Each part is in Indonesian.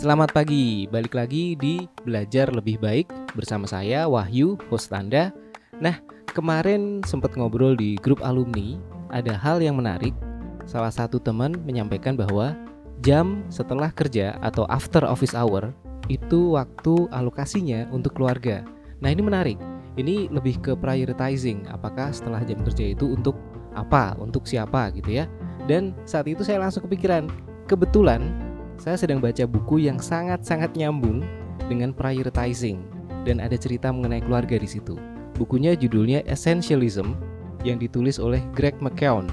Selamat pagi, balik lagi di Belajar Lebih Baik bersama saya Wahyu, host Anda. Nah, kemarin sempat ngobrol di grup alumni, ada hal yang menarik. Salah satu teman menyampaikan bahwa jam setelah kerja atau after office hour itu waktu alokasinya untuk keluarga. Nah, ini menarik. Ini lebih ke prioritizing, apakah setelah jam kerja itu untuk apa, untuk siapa gitu ya. Dan saat itu saya langsung kepikiran, kebetulan saya sedang baca buku yang sangat-sangat nyambung dengan prioritizing dan ada cerita mengenai keluarga di situ. Bukunya judulnya Essentialism yang ditulis oleh Greg McKeown,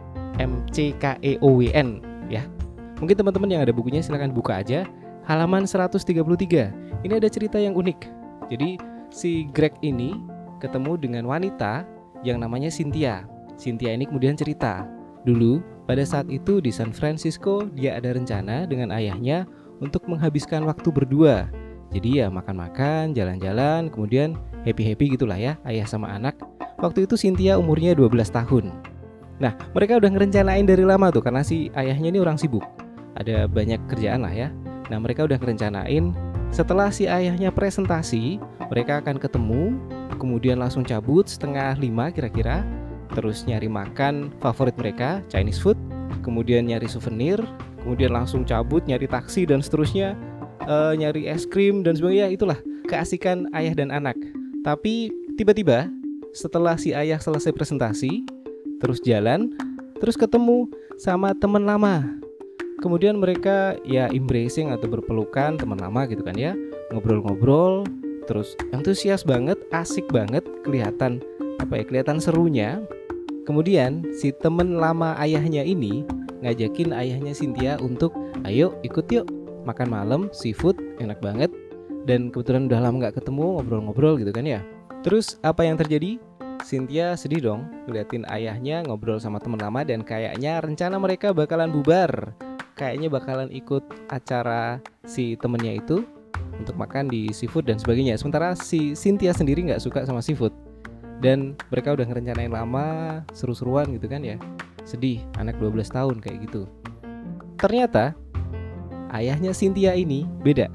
McKeown ya. Mungkin teman-teman yang ada bukunya silahkan buka aja, halaman 133. Ini ada cerita yang unik. Jadi si Greg ini ketemu dengan wanita yang namanya Cynthia. Cynthia ini kemudian cerita, dulu pada saat itu di San Francisco dia ada rencana dengan ayahnya untuk menghabiskan waktu berdua. Jadi ya makan-makan, jalan-jalan, kemudian happy-happy gitulah ya, ayah sama anak. Waktu itu Cynthia umurnya 12 tahun. Nah, mereka udah ngerencanain dari lama tuh, karena si ayahnya ini orang sibuk, ada banyak kerjaan lah ya. Nah, mereka udah ngerencanain setelah si ayahnya presentasi, mereka akan ketemu, kemudian langsung cabut 4:30 kira-kira, terus nyari makan favorit mereka, Chinese food, kemudian nyari souvenir, kemudian langsung cabut nyari taksi dan seterusnya, nyari es krim dan sebagainya. Itulah keasikan ayah dan anak. Tapi tiba-tiba setelah si ayah selesai presentasi, terus jalan, terus ketemu sama teman lama. Kemudian mereka ya embracing atau berpelukan, teman lama gitu kan ya, ngobrol-ngobrol, terus antusias banget, asik banget, kelihatan serunya. Kemudian si temen lama ayahnya ini ngajakin ayahnya Cynthia untuk ayo ikut yuk makan malam, seafood enak banget. Dan kebetulan udah lama gak ketemu, ngobrol-ngobrol gitu kan ya. Terus apa yang terjadi? Cynthia sedih dong ngeliatin ayahnya ngobrol sama temen lama, dan kayaknya rencana mereka bakalan bubar. Kayaknya bakalan ikut acara si temennya itu untuk makan di seafood dan sebagainya. Sementara si Cynthia sendiri gak suka sama seafood. Dan mereka udah ngerencanain lama, seru-seruan gitu kan ya. Sedih, anak 12 tahun kayak gitu. Ternyata ayahnya Cynthia ini beda.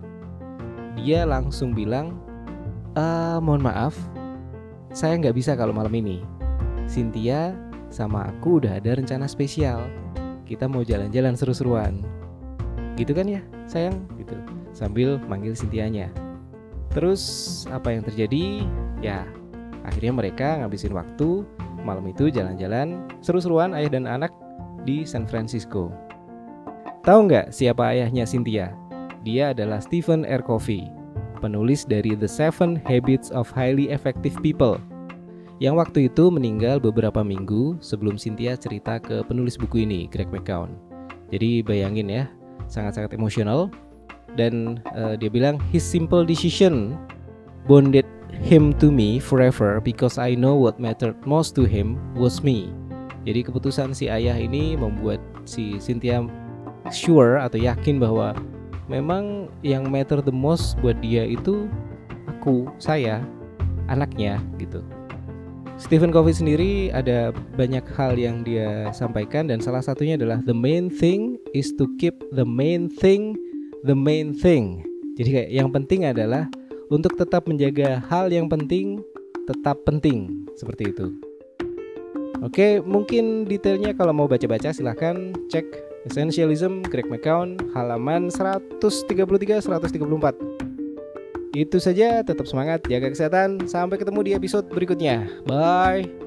Dia langsung bilang, mohon maaf, saya gak bisa kalau malam ini. Cynthia sama aku udah ada rencana spesial. Kita mau jalan-jalan seru-seruan. Gitu kan ya sayang gitu. Sambil manggil Cynthianya. Terus apa yang terjadi? Ya akhirnya mereka ngabisin waktu malam itu jalan-jalan seru-seruan ayah dan anak di San Francisco. Tahu nggak siapa ayahnya Cynthia? Dia adalah Stephen R. Covey, penulis dari The 7 Habits of Highly Effective People, yang waktu itu meninggal beberapa minggu sebelum Cynthia cerita ke penulis buku ini, Greg McKeown. Jadi bayangin ya, sangat-sangat emosional. Dan dia bilang, his simple decision bonded him to me forever because I know what mattered most to him was me. Jadi keputusan si ayah ini membuat si Cynthia sure atau yakin bahwa memang yang matter the most buat dia itu aku, saya, anaknya gitu. Stephen Covey sendiri ada banyak hal yang dia sampaikan, dan salah satunya adalah the main thing is to keep the main thing the main thing. Jadi kayak yang penting adalah untuk tetap menjaga hal yang penting tetap penting, seperti itu. Oke, mungkin detailnya kalau mau baca-baca silahkan cek Essentialism Greg McKeown halaman 133-134. Itu saja, tetap semangat, jaga kesehatan, sampai ketemu di episode berikutnya. Bye.